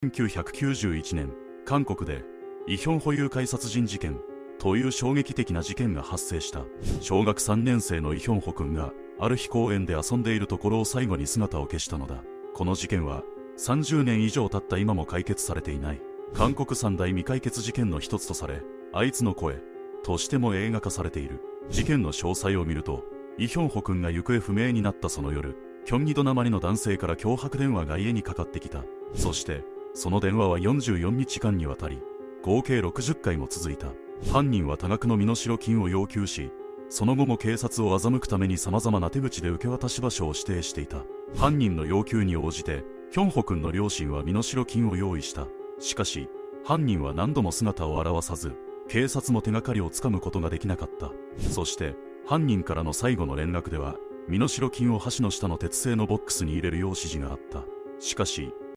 1991年、韓国でイヒョン保有会殺人事件という衝撃的な事件が発生した。小学3年生のイヒョンホ君がある日公園で遊んでいるところを最後に姿を消したのだ。この事件は30年以上経った今も解決されていない韓国三大未解決事件の一つとされ、あいつの声としても映画化されている。事件の詳細を見ると、イヒョンホ君が行方不明になったその夜、キョンギドなまりの男性から脅迫電話が家にかかってきた。そしてその電話は44日間にわたり合計60回も続いた。犯人は多額の身代金を要求し、その後も警察を欺くために様々な手口で受け渡し場所を指定していた。犯人の要求に応じてヒョンホ君の両親は身代金を用意した。しかし犯人は何度も姿を現さず、警察も手がかりをつかむことができなかった。そして犯人からの最後の連絡では、身代金を橋の下の鉄製のボックスに入れるよう指示があった。しかし